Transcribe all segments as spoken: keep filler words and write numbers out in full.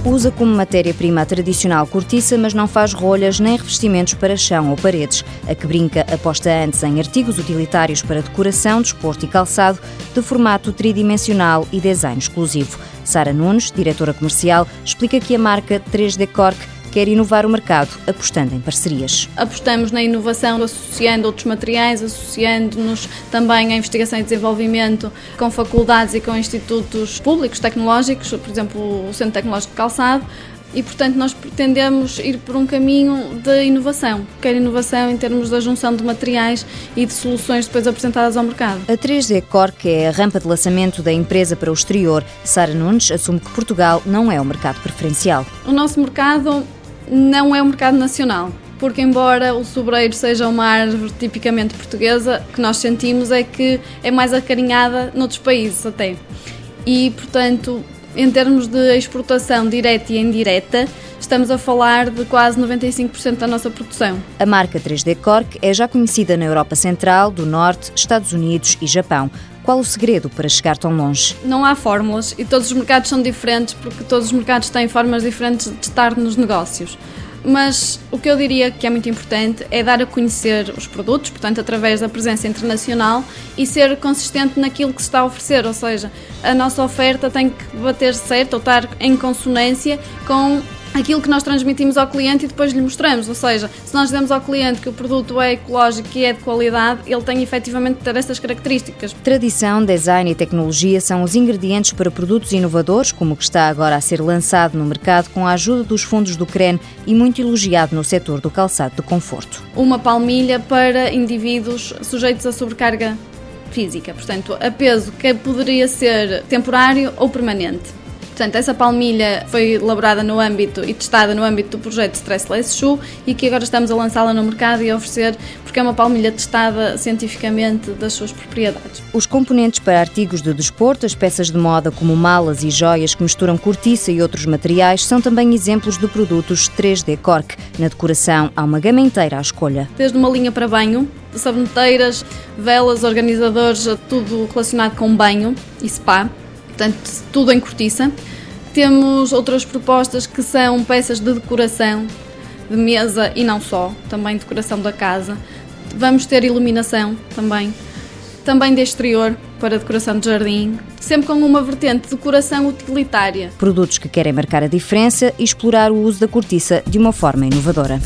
Usa como matéria-prima a tradicional cortiça, mas não faz rolhas nem revestimentos para chão ou paredes. A Quebrinca aposta antes em artigos utilitários para decoração, desporto e calçado, de formato tridimensional e design exclusivo. Sara Nunes, diretora comercial, explica que a marca três D Cork quer inovar o mercado, apostando em parcerias. Apostamos na inovação, associando outros materiais, associando-nos também à investigação e desenvolvimento com faculdades e com institutos públicos tecnológicos, por exemplo, o Centro Tecnológico de Calçado, e, portanto, nós pretendemos ir por um caminho de inovação, quer inovação em termos da junção de materiais e de soluções depois apresentadas ao mercado. A três D Cork é a rampa de lançamento da empresa para o exterior. Sara Nunes assume que Portugal não é o mercado preferencial. O nosso mercado não é o mercado nacional, porque embora o sobreiro seja uma árvore tipicamente portuguesa, o que nós sentimos é que é mais acarinhada noutros países até. E, portanto, em termos de exportação direta e indireta, estamos a falar de quase noventa e cinco por cento da nossa produção. A marca três D Cork é já conhecida na Europa Central, do Norte, Estados Unidos e Japão. Qual o segredo para chegar tão longe? Não há fórmulas e todos os mercados são diferentes porque todos os mercados têm formas diferentes de estar nos negócios. Mas o que eu diria que é muito importante é dar a conhecer os produtos, portanto, através da presença internacional e ser consistente naquilo que se está a oferecer, ou seja, a nossa oferta tem que bater certo ou estar em consonância com aquilo que nós transmitimos ao cliente e depois lhe mostramos, ou seja, se nós dizemos ao cliente que o produto é ecológico e é de qualidade, ele tem efetivamente de ter estas características. Tradição, design e tecnologia são os ingredientes para produtos inovadores, como o que está agora a ser lançado no mercado com a ajuda dos fundos do C R E N e muito elogiado no setor do calçado de conforto. Uma palmilha para indivíduos sujeitos a sobrecarga física, portanto, a peso que poderia ser temporário ou permanente. Portanto, essa palmilha foi elaborada no âmbito e testada no âmbito do projeto Stressless Shoe e que agora estamos a lançá-la no mercado e a oferecer porque é uma palmilha testada cientificamente das suas propriedades. Os componentes para artigos de desporto, as peças de moda como malas e joias que misturam cortiça e outros materiais são também exemplos de produtos três D Cork. Na decoração há uma gama inteira à escolha. Desde uma linha para banho, saboneteiras, velas, organizadores, tudo relacionado com banho e spa. Portanto, tudo em cortiça. Temos outras propostas que são peças de decoração de mesa e não só, também decoração da casa. Vamos ter iluminação também, também de exterior para decoração de jardim, sempre com uma vertente de decoração utilitária. Produtos que querem marcar a diferença e explorar o uso da cortiça de uma forma inovadora.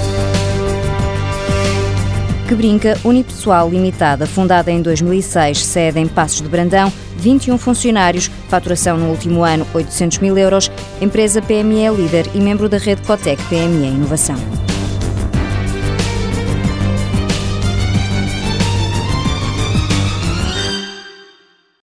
Quebrinca Unipessoal Limitada, fundada em dois mil e seis, sede em Passos de Brandão, vinte e um funcionários, faturação no último ano oitocentos mil euros, empresa P M E líder e membro da rede Cotec P M E Inovação.